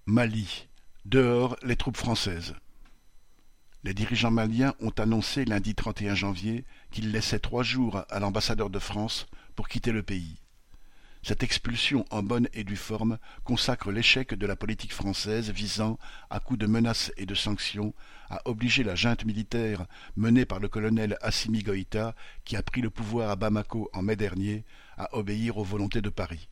Mali. Dehors les troupes françaises. Les dirigeants maliens ont annoncé lundi 31 janvier qu'ils laissaient 3 jours à l'ambassadeur de France pour quitter le pays. Cette expulsion en bonne et due forme consacre l'échec de la politique française visant, à coups de menaces et de sanctions, à obliger la junte militaire menée par le colonel Assimi Goïta, qui a pris le pouvoir à Bamako en mai dernier, à obéir aux volontés de Paris.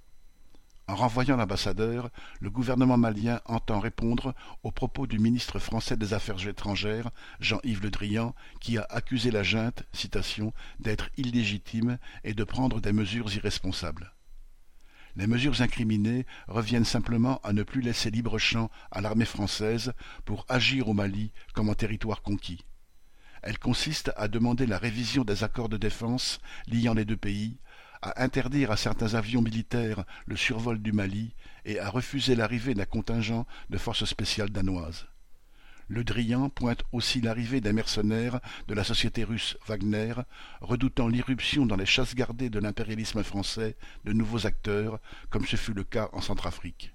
En renvoyant l'ambassadeur, le gouvernement malien entend répondre aux propos du ministre français des Affaires étrangères, Jean-Yves Le Drian, qui a accusé la junte, citation, d'être illégitime et de prendre des mesures irresponsables. Les mesures incriminées reviennent simplement à ne plus laisser libre champ à l'armée française pour agir au Mali comme en territoire conquis. Elles consistent à demander la révision des accords de défense liant les deux pays, à interdire à certains avions militaires le survol du Mali et à refuser l'arrivée d'un contingent de forces spéciales danoises. Le Drian pointe aussi l'arrivée des mercenaires de la société russe Wagner, redoutant l'irruption dans les chasses gardées de l'impérialisme français de nouveaux acteurs, comme ce fut le cas en Centrafrique.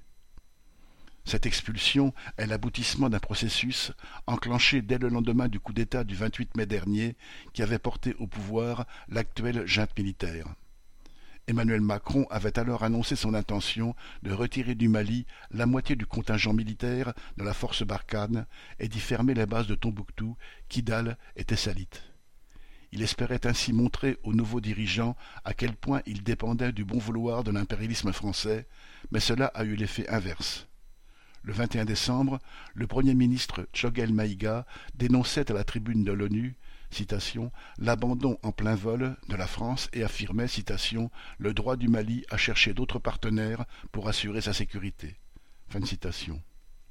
Cette expulsion est l'aboutissement d'un processus enclenché dès le lendemain du coup d'État du 28 mai dernier qui avait porté au pouvoir l'actuelle junte militaire. Emmanuel Macron avait alors annoncé son intention de retirer du Mali la moitié du contingent militaire de la force Barkhane et d'y fermer les bases de Tombouctou, Kidal et Tessalit. Il espérait ainsi montrer aux nouveaux dirigeants à quel point il dépendait du bon vouloir de l'impérialisme français, mais cela a eu l'effet inverse. Le 21 décembre, le Premier ministre Choguel Maïga dénonçait à la tribune de l'ONU citation, l'abandon en plein vol de la France et affirmait, citation, le droit du Mali à chercher d'autres partenaires pour assurer sa sécurité. Fin de citation.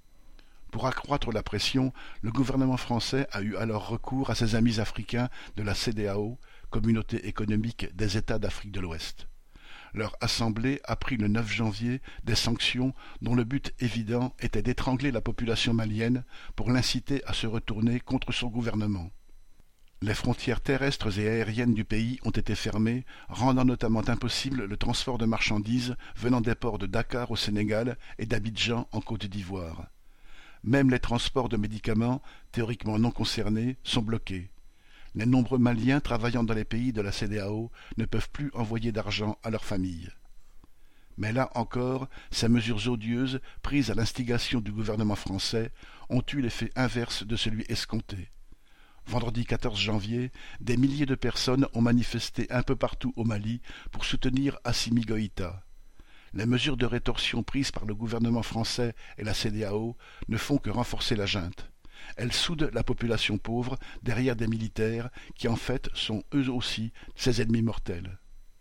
Pour accroître la pression, le gouvernement français a eu alors recours à ses amis africains de la CEDEAO, Communauté économique des États d'Afrique de l'Ouest. Leur assemblée a pris le 9 janvier des sanctions dont le but évident était d'étrangler la population malienne pour l'inciter à se retourner contre son gouvernement. Les frontières terrestres et aériennes du pays ont été fermées, rendant notamment impossible le transport de marchandises venant des ports de Dakar au Sénégal et d'Abidjan en Côte d'Ivoire. Même les transports de médicaments, théoriquement non concernés, sont bloqués. Les nombreux Maliens travaillant dans les pays de la CEDEAO ne peuvent plus envoyer d'argent à leurs familles. Mais là encore, ces mesures odieuses, prises à l'instigation du gouvernement français, ont eu l'effet inverse de celui escompté. Vendredi 14 janvier, des milliers de personnes ont manifesté un peu partout au Mali pour soutenir Assimi Goïta. Les mesures de rétorsion prises par le gouvernement français et la CEDEAO ne font que renforcer la junte. Elles soudent la population pauvre derrière des militaires qui en fait sont eux aussi ses ennemis mortels.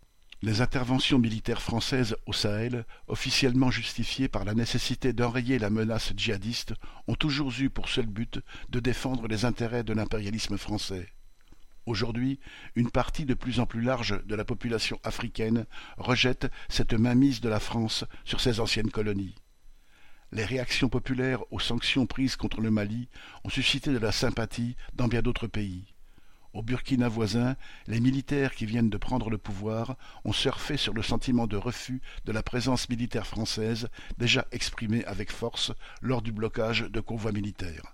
Les interventions militaires françaises au Sahel, officiellement justifiées par la nécessité d'enrayer la menace djihadiste, ont toujours eu pour seul but de défendre les intérêts de l'impérialisme français. Aujourd'hui, une partie de plus en plus large de la population africaine rejette cette mainmise de la France sur ses anciennes colonies. Les réactions populaires aux sanctions prises contre le Mali ont suscité de la sympathie dans bien d'autres pays. Au Burkina voisin, les militaires qui viennent de prendre le pouvoir ont surfé sur le sentiment de refus de la présence militaire française déjà exprimé avec force lors du blocage de convois militaires.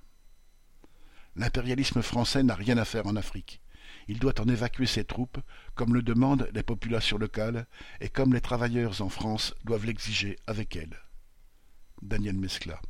L'impérialisme français n'a rien à faire en Afrique. Il doit en évacuer ses troupes, comme le demandent les populations locales et comme les travailleurs en France doivent l'exiger avec elles. Daniel Mescla.